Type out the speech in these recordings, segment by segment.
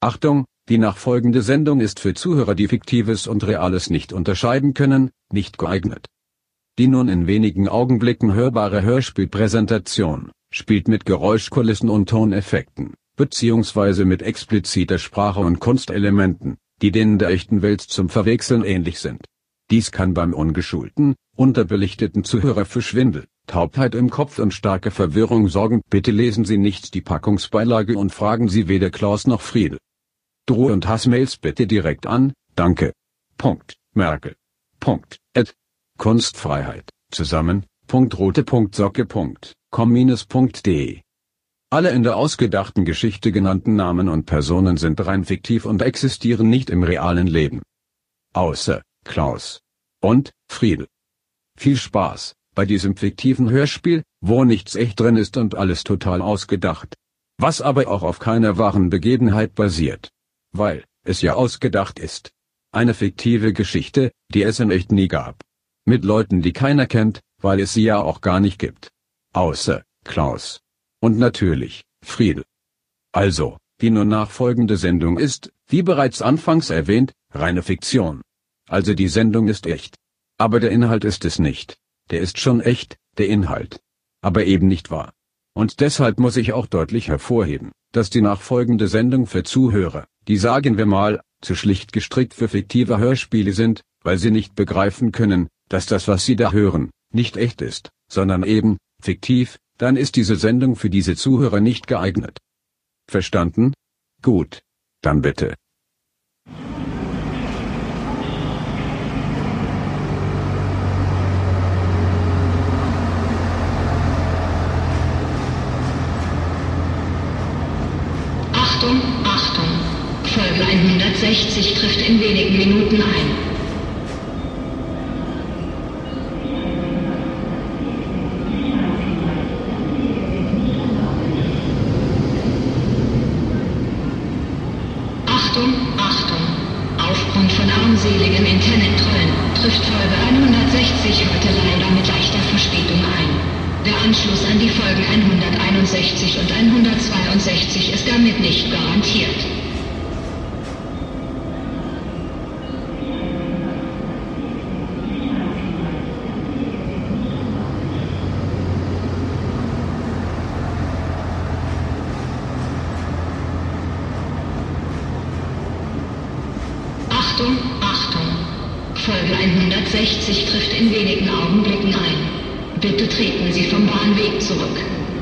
Achtung, die nachfolgende Sendung ist für Zuhörer, die Fiktives und Reales nicht unterscheiden können, nicht geeignet. Die nun in wenigen Augenblicken hörbare Hörspielpräsentation spielt mit Geräuschkulissen und Toneffekten, beziehungsweise mit expliziter Sprache und Kunstelementen, die denen der echten Welt zum Verwechseln ähnlich sind. Dies kann beim ungeschulten, unterbelichteten Zuhörer für Schwindel, Taubheit im Kopf und starke Verwirrung sorgen. Bitte lesen Sie nicht die Packungsbeilage und fragen Sie weder Klaus noch Friedel. Droh- und Hassmails bitte direkt an, danke. Merkel. Kunstfreiheit, zusammen, rote.socke.com-de. Alle in der ausgedachten Geschichte genannten Namen und Personen sind rein fiktiv und existieren nicht im realen Leben. Außer Klaus und Friedel. Viel Spaß bei diesem fiktiven Hörspiel, wo nichts echt drin ist und alles total ausgedacht. Was aber auch auf keiner wahren Begebenheit basiert. Weil es ja ausgedacht ist. Eine fiktive Geschichte, die es in echt nie gab. Mit Leuten, die keiner kennt, weil es sie ja auch gar nicht gibt. Außer Klaus. Und natürlich Friedel. Also, die nun nachfolgende Sendung ist, wie bereits anfangs erwähnt, reine Fiktion. Also die Sendung ist echt. Aber der Inhalt ist es nicht. Der ist schon echt, der Inhalt. Aber eben nicht wahr. Und deshalb muss ich auch deutlich hervorheben, dass die nachfolgende Sendung für Zuhörer, die sagen wir mal, zu schlicht gestrickt für fiktive Hörspiele sind, weil sie nicht begreifen können, dass das, was sie da hören, nicht echt ist, sondern eben fiktiv, dann ist diese Sendung für diese Zuhörer nicht geeignet. Verstanden? Gut. Dann bitte. Achtung, Achtung! Folge 160 trifft in wenigen Minuten ein. Achtung, Achtung! Aufgrund von armseligem Internettrollen trifft Folge 160 heute leider mit leichter Verspätung ein. Der Anschluss an die Folgen 161 und 162 ist damit nicht garantiert. Achtung, Achtung! Folge 160 trifft in wenigen Augenblicken ein. Bitte treten Sie vom Bahnweg zurück.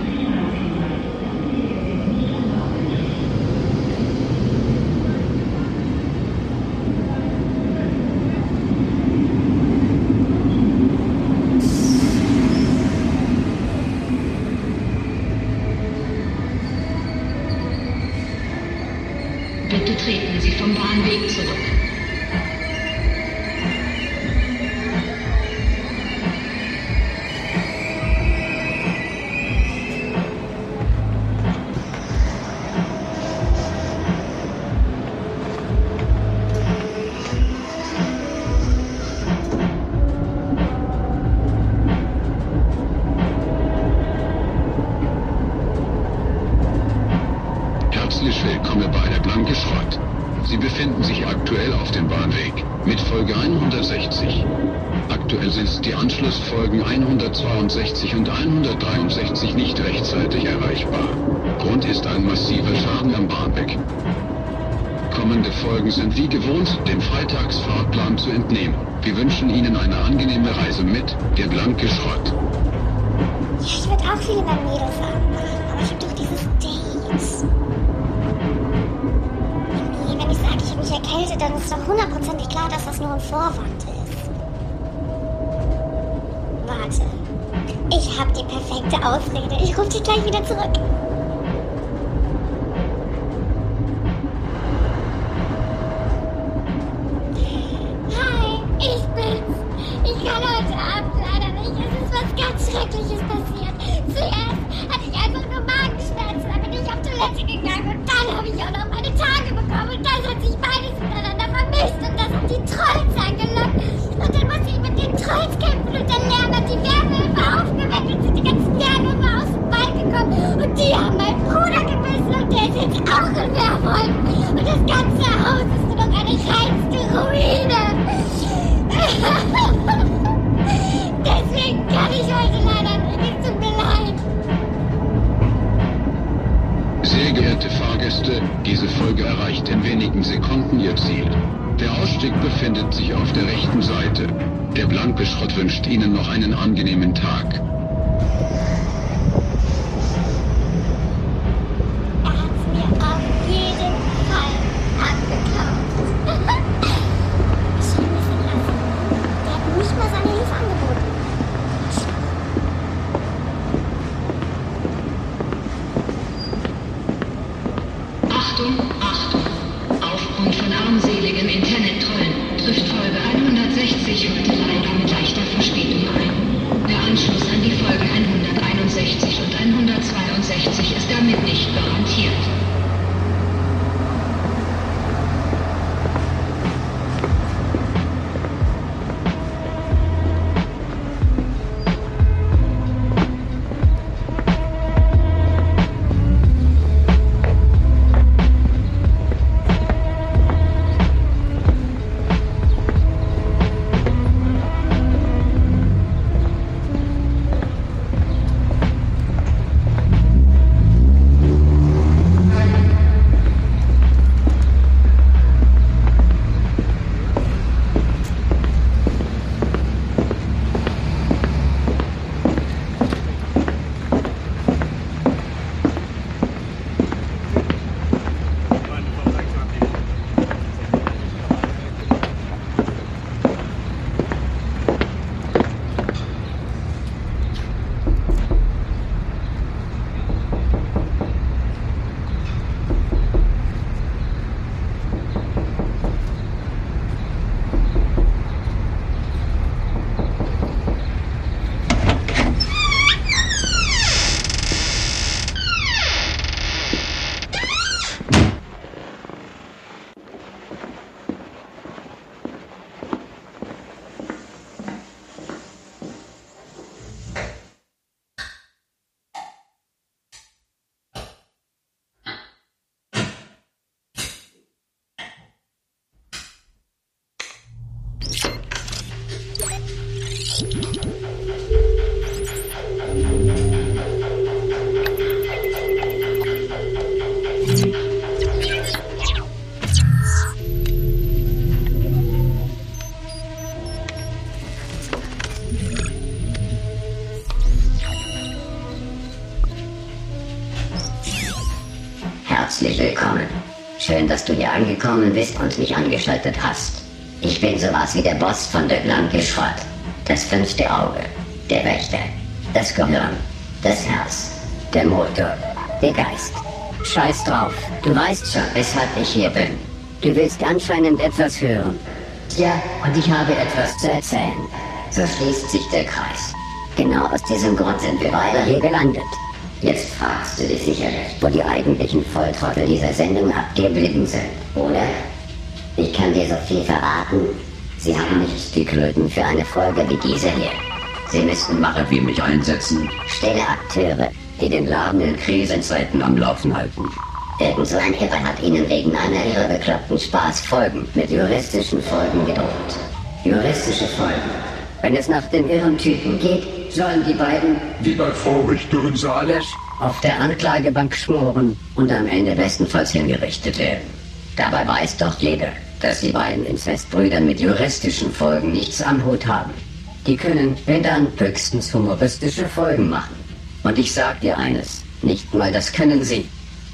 Bitte treten Sie vom Bahnweg zurück. Herzlich willkommen bei der Blanke Schrott. Sie befinden sich aktuell auf dem Bahnweg mit Folge 160. Aktuell sind die Anschlussfolgen 162 und 163 nicht rechtzeitig erreichbar. Grund ist ein massiver Schaden am Bahnweg. Kommende Folgen sind wie gewohnt dem Freitagsfahrplan zu entnehmen. Wir wünschen Ihnen eine angenehme Reise mit der Blanke Schrott. Ja, ich würde auch viele beim Mädelsabend machen, aber ich habe doch dieses Date. Wenn ich sage, ich habe mich erkältet, dann ist doch hundertprozentig klar, dass das nur ein Vorwand ist. Warte. Ich habe die perfekte Ausrede. Ich rufe dich gleich wieder zurück. Hi, ich bin's. Ich kann heute Abend leider nicht. Es ist was ganz Schreckliches passiert. Zuerst hatte ich einfach nur Magenschmerzen, dann bin ich auf Toilette gegangen und dann habe ich auch noch meine Tage bekommen und das hat sich beides miteinander vermischt und das hat die Trolls angelockt und dann musste ich mit den Trolls kämpfen und der Lärm hat die Wärmehilfe aufgeweckt und sind die ganzen Wärmehilfe aus dem Wald gekommen und die Gäste, diese Folge erreicht in wenigen Sekunden ihr Ziel. Der Ausstieg befindet sich auf der rechten Seite. Der blanke Schrott wünscht Ihnen noch einen angenehmen Tag. Er hat's mir auf jeden Fall abgeklaut. Schon wissen lassen. Der hat nicht mal seine Hilfe angeboten. Achtung, Achtung! Aufgrund von armseligem Internet-Trollen trifft Folge 160 heute leider mit leichter Verspätung ein. Der Anschluss an die Folgen 161 und 162 ist damit nicht garantiert. Herzlich willkommen. Schön, dass du hier angekommen bist und mich angeschaltet hast. Ich bin sowas wie der Boss von der blanke Schrott. Das 5. Auge, der Wächter, das Gehirn, das Herz, der Motor, der Geist. Scheiß drauf, du weißt schon, weshalb ich hier bin. Du willst anscheinend etwas hören. Tja, und ich habe etwas zu erzählen. So schließt sich der Kreis. Genau aus diesem Grund sind wir beide hier gelandet. Jetzt fragst du dich sicherlich, wo die eigentlichen Volltrottel dieser Sendung abgeblieben sind, oder? Ich kann dir so viel verraten. Sie haben nicht die Klöten für eine Folge wie diese hier. Sie müssten Macher wie mich einsetzen. Stille Akteure, die den Laden in Krisenzeiten am Laufen halten. Irgend so ein Irre hat ihnen wegen einer ihrer bekloppten Spaßfolgen mit juristischen Folgen gedroht. Juristische Folgen. Wenn es nach den irren Typen geht, sollen die beiden, Wie bei Frau Richterin Salisch, auf der Anklagebank schmoren und am Ende bestenfalls hingerichtet werden. Dabei weiß doch jeder, dass die beiden Inzestbrüder mit juristischen Folgen nichts am Hut haben. Die können, wenn dann, höchstens humoristische Folgen machen. Und ich sag dir eines, nicht mal das können sie.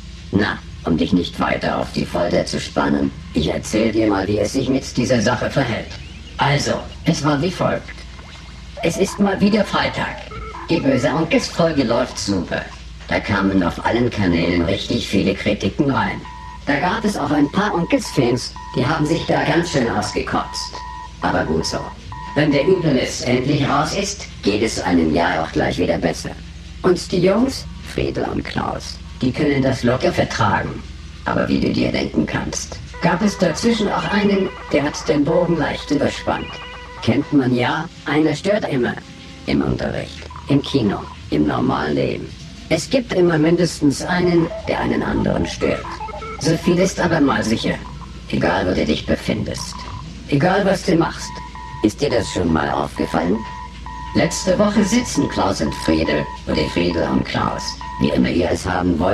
Na, um dich nicht weiter auf die Folter zu spannen, ich erzähl dir mal, wie es sich mit dieser Sache verhält. Also, es war wie folgt. Es ist mal wieder Freitag. Die böse Onkels-Folge läuft super. Da kamen auf allen Kanälen richtig viele Kritiken rein. Da gab es auch ein paar Onkels-Fans, die haben sich da ganz schön ausgekotzt. Aber gut so. Wenn der Überlist endlich raus ist, geht es einem Jahr auch gleich wieder besser. Und die Jungs, Friedel und Klaus, die können das locker vertragen. Aber wie du dir denken kannst, gab es dazwischen auch einen, der hat den Bogen leicht überspannt. Kennt man ja, einer stört immer. Im Unterricht, im Kino, im normalen Leben. Es gibt immer mindestens einen, der einen anderen stört. So viel ist aber mal sicher. Egal, wo du dich befindest. Egal, was du machst. Ist dir das schon mal aufgefallen? Letzte Woche sitzen Klaus und Friedel, oder Friedel und Klaus, wie immer ihr es haben wollt,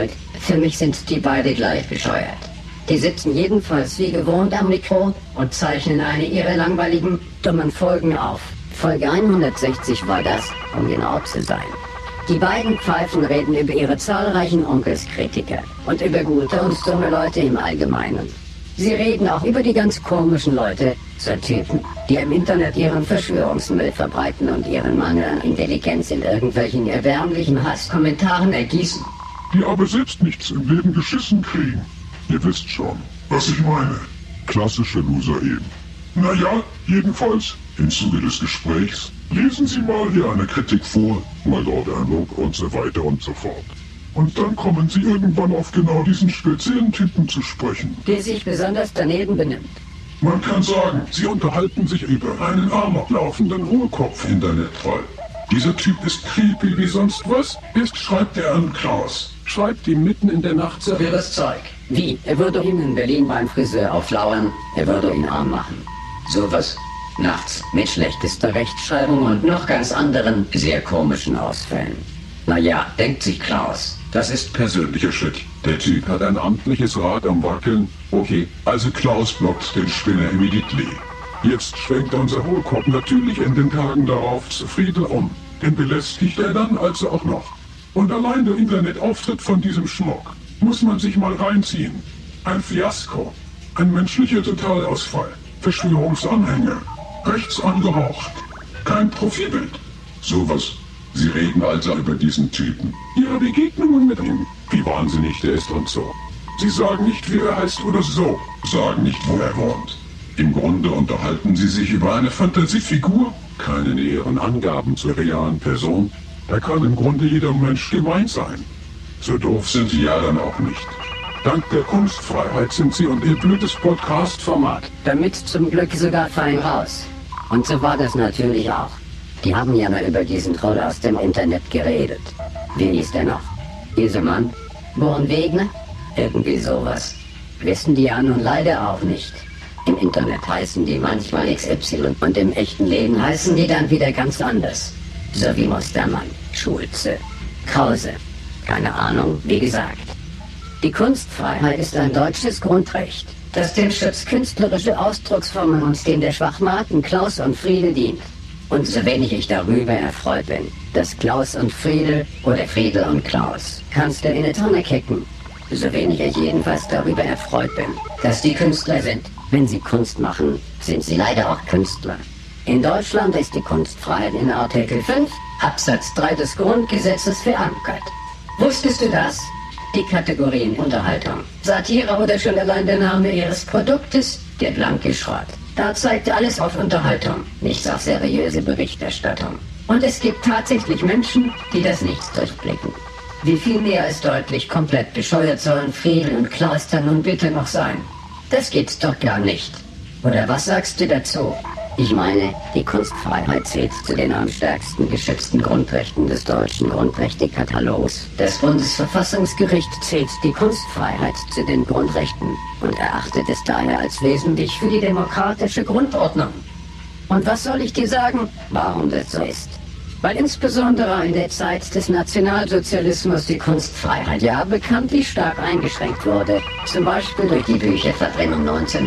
Für mich sind die beide gleich bescheuert. Die sitzen jedenfalls wie gewohnt am Mikro und zeichnen eine ihrer langweiligen, dummen Folgen auf. Folge 160 war das, um genau zu sein. Die beiden Pfeifen reden über ihre zahlreichen Onkelskritiker und über gute und dumme Leute im Allgemeinen. Sie reden auch über die ganz komischen Leute, so Typen, die im Internet ihren Verschwörungsmüll verbreiten und ihren Mangel an Intelligenz in irgendwelchen erbärmlichen Hasskommentaren ergießen. Die aber selbst nichts im Leben geschissen kriegen. Ihr wisst schon, was ich meine. Klassische Loser eben. Naja, jedenfalls, im Zuge des Gesprächs, lesen Sie mal hier eine Kritik vor, mal dort ein Lob und so weiter und so fort. Und dann kommen Sie irgendwann auf genau diesen speziellen Typen zu sprechen. Der sich besonders daneben benimmt. Man kann sagen, Sie unterhalten sich über einen amok laufenden Hohlkopf-Internettroll. Dieser Typ ist creepy wie sonst was. Erst schreibt er an Klaus. Schreibt ihm mitten in der Nacht So wirres Zeug. Wie? Er würde ihm in Berlin beim Friseur auflauern, er würde ihn arm machen. Sowas. Nachts. Mit schlechtester Rechtschreibung und noch ganz anderen, sehr komischen Ausfällen. Naja, denkt sich Klaus. Das ist persönlicher Shit. Der Typ hat ein amtliches Rad am Wackeln. Okay, also Klaus blockt den Spinner immediately. Jetzt schwenkt unser Hohlkopf natürlich in den Tagen darauf zu Friedel um. Den belästigt er dann also auch noch. Und allein der Internetauftritt von diesem Schmuck muss man sich mal reinziehen. Ein Fiasko. Ein menschlicher Totalausfall. Verschwörungsanhänger. Rechts angehaucht. Kein Profilbild. Sowas. Sie reden also über diesen Typen. Ihre Begegnungen mit ihm. Wie wahnsinnig der ist und so. Sie sagen nicht, wie er heißt oder so. Sagen nicht, wo er wohnt. Im Grunde unterhalten sie sich über eine Fantasiefigur. Keine näheren Angaben zur realen Person. Da kann im Grunde jeder Mensch gemeint sein. So doof sind sie ja dann auch nicht. Dank der Kunstfreiheit sind sie und ihr blödes Podcast-Format. Damit zum Glück sogar fein raus. Und so war das natürlich auch. Die haben ja mal über diesen Troll aus dem Internet geredet. Wie hieß der noch? Isemann? Bornwegner? Irgendwie sowas. Wissen die ja nun leider auch nicht. Im Internet heißen die manchmal XY und im echten Leben heißen die dann wieder ganz anders. So wie Mustermann, Schulze, Krause. Keine Ahnung, wie gesagt. Die Kunstfreiheit ist ein deutsches Grundrecht, das dem Schutz künstlerischer Ausdrucksformen und dem der Schwachmaten Klaus und Friedel dient. Und so wenig ich darüber erfreut bin, dass Klaus und Friedel oder Friedel und Klaus Kanzler in eine Tonne kicken, so wenig ich jedenfalls darüber erfreut bin, dass die Künstler sind. Wenn sie Kunst machen, sind sie leider auch Künstler. In Deutschland ist die Kunstfreiheit in Artikel 5, Absatz 3 des Grundgesetzes verankert. Wusstest du das? Die Kategorien Unterhaltung, Satire oder schon allein der Name ihres Produktes, der blanke Schrott. Da zeigt alles auf Unterhaltung, nichts auf seriöse Berichterstattung. Und es gibt tatsächlich Menschen, die das nicht durchblicken. Wie viel mehr als deutlich komplett bescheuert sollen Friedel und Klaus dann nun bitte noch sein? Das geht's doch gar nicht. Oder was sagst du dazu? Ich meine, die Kunstfreiheit zählt zu den am stärksten geschützten Grundrechten des deutschen Grundrechtekatalogs. Das Bundesverfassungsgericht zählt die Kunstfreiheit zu den Grundrechten und erachtet es daher als wesentlich für die demokratische Grundordnung. Und was soll ich dir sagen, warum das so ist? Weil insbesondere in der Zeit des Nationalsozialismus die Kunstfreiheit ja bekanntlich stark eingeschränkt wurde. Zum Beispiel durch die Bücherverbrennung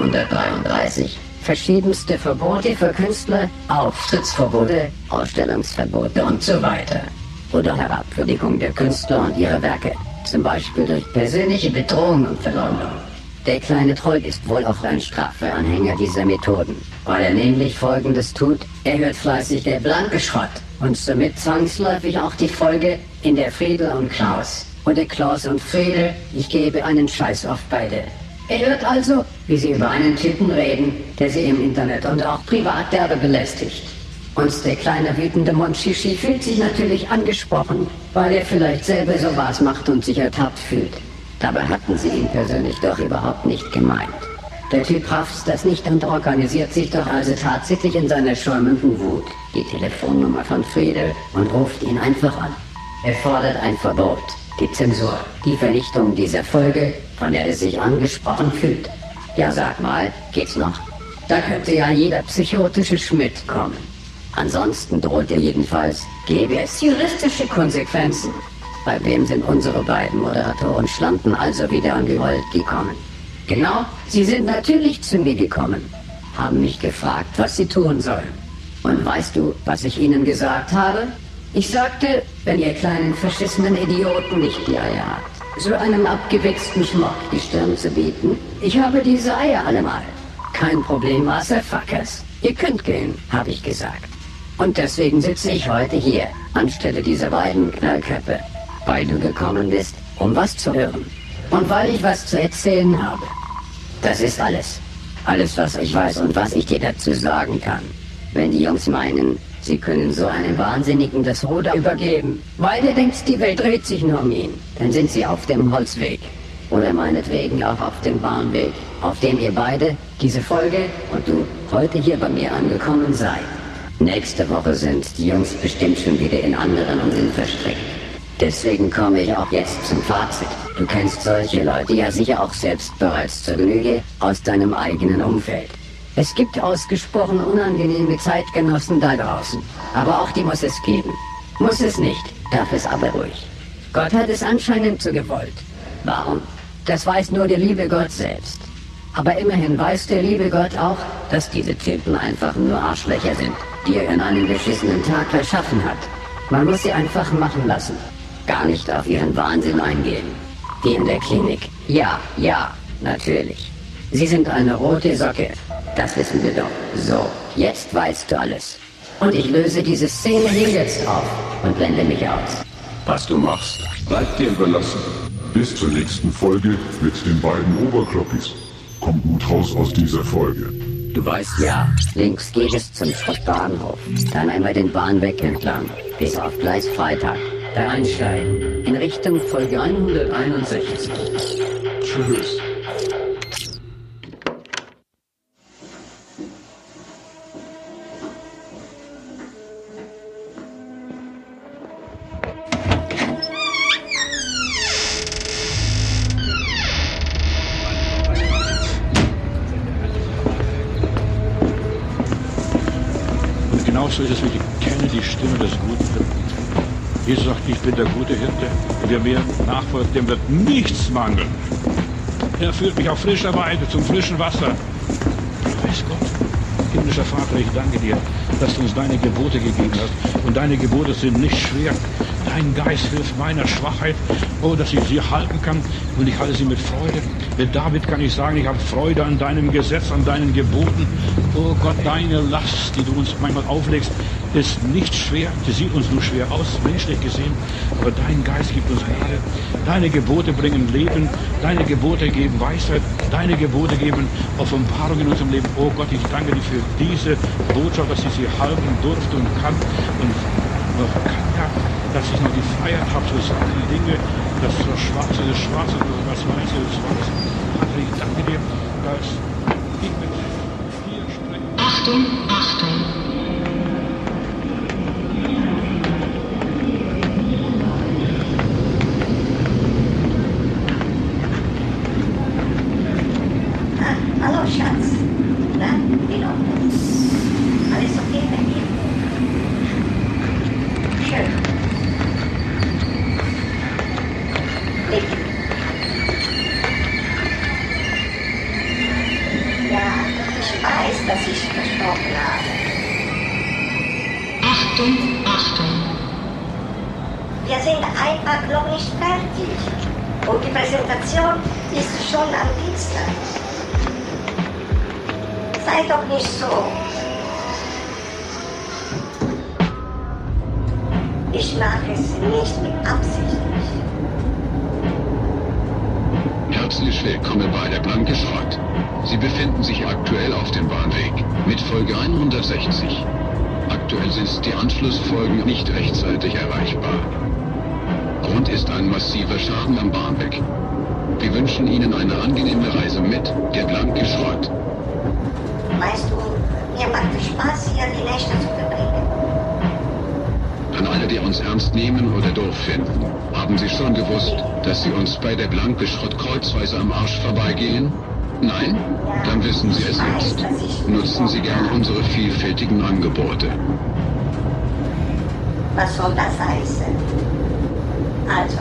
1933. Verschiedenste Verbote für Künstler, Auftrittsverbote, Ausstellungsverbote und so weiter. Oder Herabwürdigung der Künstler und ihrer Werke, zum Beispiel durch persönliche Bedrohung und Verleumdung. Der kleine Troll ist wohl auch ein straffer Anhänger dieser Methoden, weil er nämlich Folgendes tut: Er hört fleißig der blanke Schrott und somit zwangsläufig auch die Folge in der Friedel und Klaus. Oder Klaus und Friedel, ich gebe einen Scheiß auf beide. Er hört also, wie sie über einen Typen reden, der sie im Internet und auch privat derbe belästigt. Und der kleine wütende Monchichi fühlt sich natürlich angesprochen, weil er vielleicht selber sowas macht und sich ertappt fühlt. Dabei hatten sie ihn persönlich doch überhaupt nicht gemeint. Der Typ rafft das nicht und organisiert sich doch also tatsächlich in seiner schäumenden Wut die Telefonnummer von Friedel und ruft ihn einfach an. Er fordert ein Verbot, die Zensur, die Vernichtung dieser Folge, von der er sich angesprochen fühlt. Ja, sag mal, geht's noch? Da könnte ja jeder psychotische Schmidt kommen. Ansonsten droht er jedenfalls, gäbe es juristische Konsequenzen. Bei wem sind unsere beiden Moderatoren Schlampen also wieder angewollt gekommen? Genau, sie sind natürlich zu mir gekommen, haben mich gefragt, was sie tun sollen. Und weißt du, was ich ihnen gesagt habe? Ich sagte, wenn ihr kleinen verschissenen Idioten nicht die Eier habt, so einem abgewichsten Schmock die Stirn zu bieten, ich habe diese Eier allemal. Kein Problem, Motherfuckers. Ihr könnt gehen, habe ich gesagt. Und deswegen sitze ich heute hier, anstelle dieser beiden Knallköpfe, weil du gekommen bist, um was zu hören. Und weil ich was zu erzählen habe. Das ist alles. Alles, was ich weiß und was ich dir dazu sagen kann. Wenn die Jungs meinen, sie können so einem Wahnsinnigen das Ruder übergeben, weil der denkt, die Welt dreht sich nur um ihn, dann sind sie auf dem Holzweg. Oder meinetwegen auch auf dem Bahnweg, auf dem ihr beide, diese Folge und du, heute hier bei mir angekommen seid. Nächste Woche sind die Jungs bestimmt schon wieder in anderen Unsinn verstrickt. Deswegen komme ich auch jetzt zum Fazit. Du kennst solche Leute ja sicher auch selbst bereits zur Genüge aus deinem eigenen Umfeld. Es gibt ausgesprochen unangenehme Zeitgenossen da draußen. Aber auch die muss es geben. Muss es nicht, darf es aber ruhig. Gott hat es anscheinend so gewollt. Warum? Das weiß nur der liebe Gott selbst. Aber immerhin weiß der liebe Gott auch, dass diese Typen einfach nur Arschlöcher sind, die er in einem beschissenen Tag erschaffen hat. Man muss sie einfach machen lassen. Gar nicht auf ihren Wahnsinn eingehen. Wie in der Klinik. Ja, natürlich. Sie sind eine rote Socke. Das wissen wir doch. So, jetzt weißt du alles. Und ich löse diese Szene hier jetzt auf und blende mich aus. Was du machst, bleibt dir überlassen. Bis zur nächsten Folge mit den beiden Oberkloppis. Kommt gut raus aus dieser Folge. Du weißt ja, links geht es zum Schrottbahnhof. Dann einmal den Bahnweg entlang, bis auf Gleis Freitag. Da einsteigen, in Richtung Folge 161. Tschüss. Genauso ist es, wie ich kenne die Stimme des guten Hirten. Jesus sagt, ich bin der gute Hirte, und wer mir nachfolgt, dem wird nichts mangeln. Er führt mich auf frischer Weide zum frischen Wasser. Weiß Gott, himmlischer Vater, ich danke dir, dass du uns deine Gebote gegeben hast. Und deine Gebote sind nicht schwer. Dein Geist hilft meiner Schwachheit, dass ich sie halten kann, und ich halte sie mit Freude. Mit David kann ich sagen, ich habe Freude an deinem Gesetz, an deinen Geboten. Oh Gott, deine Last, die du uns manchmal auflegst, ist nicht schwer. Sie sieht uns nur schwer aus, menschlich gesehen, aber dein Geist gibt uns Gnade. Deine Gebote bringen Leben, deine Gebote geben Weisheit, deine Gebote geben Offenbarung in unserem Leben. Oh Gott, ich danke dir für diese Botschaft, dass ich sie halten durfte und kann und noch kann, ja, dass ich noch die Freiheit habe zu sagen, die Dinge, das Schwarze ist schwarz und das Weiße ist weiß. Also ich danke dir, dass ich mit dir spreche. Achtung, Achtung! Hallo Schatz. Na, wie läuft es? Alles okay bei dir? Schön. Richtig. Ja, ich weiß, dass ich versprochen habe. Achtung, Achtung! Wir sind einfach noch nicht fertig. Und die Präsentation ist schon am Dienstag. Sei doch nicht so. Ich mache es nicht mit Absicht. Herzlich willkommen bei der Blanke Schrott. Sie befinden sich aktuell auf dem Bahnweg mit Folge 160. Aktuell sind die Anschlussfolgen nicht rechtzeitig erreichbar. Grund ist ein massiver Schaden am Bahnweg. Wir wünschen Ihnen eine angenehme Reise mit der Blanke Schrott. Weißt du, mir macht es Spaß, hier die Nächte zu verbringen. An alle, die uns ernst nehmen oder doof finden, haben Sie schon gewusst, dass Sie uns bei der Blanke Schrott kreuzweise am Arsch vorbeigehen? Nein? Dann wissen Sie es jetzt. Nutzen Sie gern unsere vielfältigen Angebote. Was soll das heißen? Also,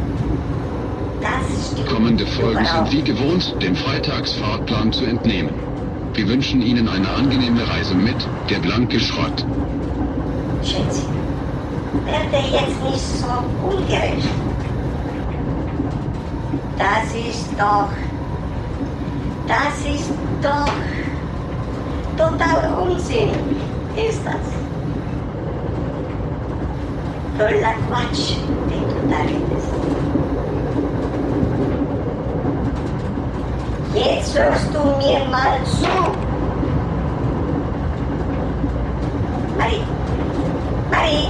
das stimmt. Kommende Folgen sind wie gewohnt dem Freitagsfahrplan zu entnehmen. Wir wünschen Ihnen eine angenehme Reise mit der blanke Schrott. Schätzchen, werde jetzt nicht so ungerecht. Das ist doch total Unsinn, ist das? Toller Quatsch, den du da redest. Jetzt hörst du mir mal zu. Marie.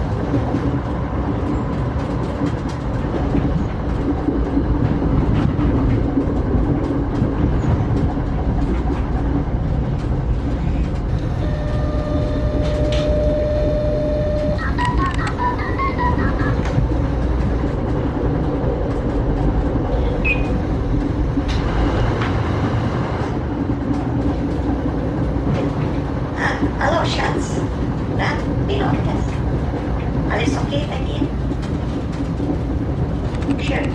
Hallo Schatz. Na, wie läuft das? Alles okay bei dir? Schön.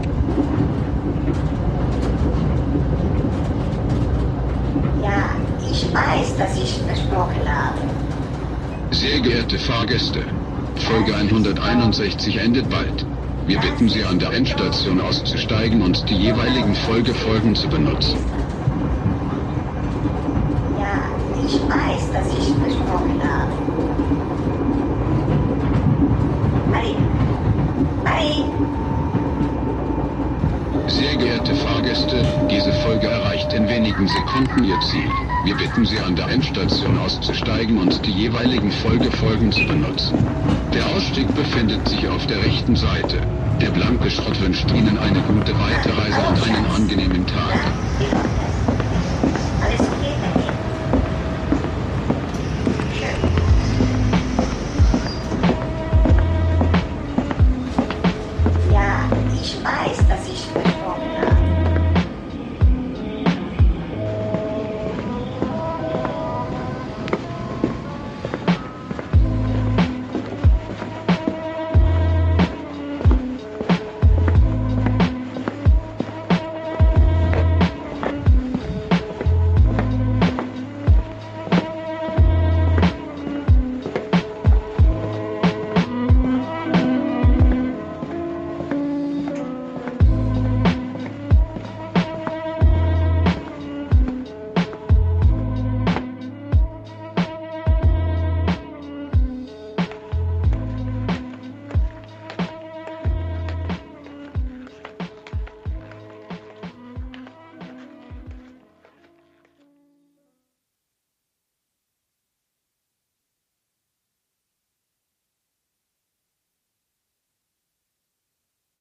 Ja, ich weiß, dass ich versprochen habe. Sehr geehrte Fahrgäste, Folge 161 endet bald. Wir bitten Sie, an der Endstation auszusteigen und die jeweiligen Folgen zu benutzen. Ja, ich weiß, dass ich versprochen habe. Marie. Sehr geehrte Fahrgäste, diese Folge erreicht in wenigen Sekunden ihr Ziel. Wir bitten Sie, an der Endstation auszusteigen und die jeweiligen Folgen zu benutzen. Der Ausstieg befindet sich auf der rechten Seite. Der blanke Schrott wünscht Ihnen eine gute Weiterreise und einen angenehmen Tag.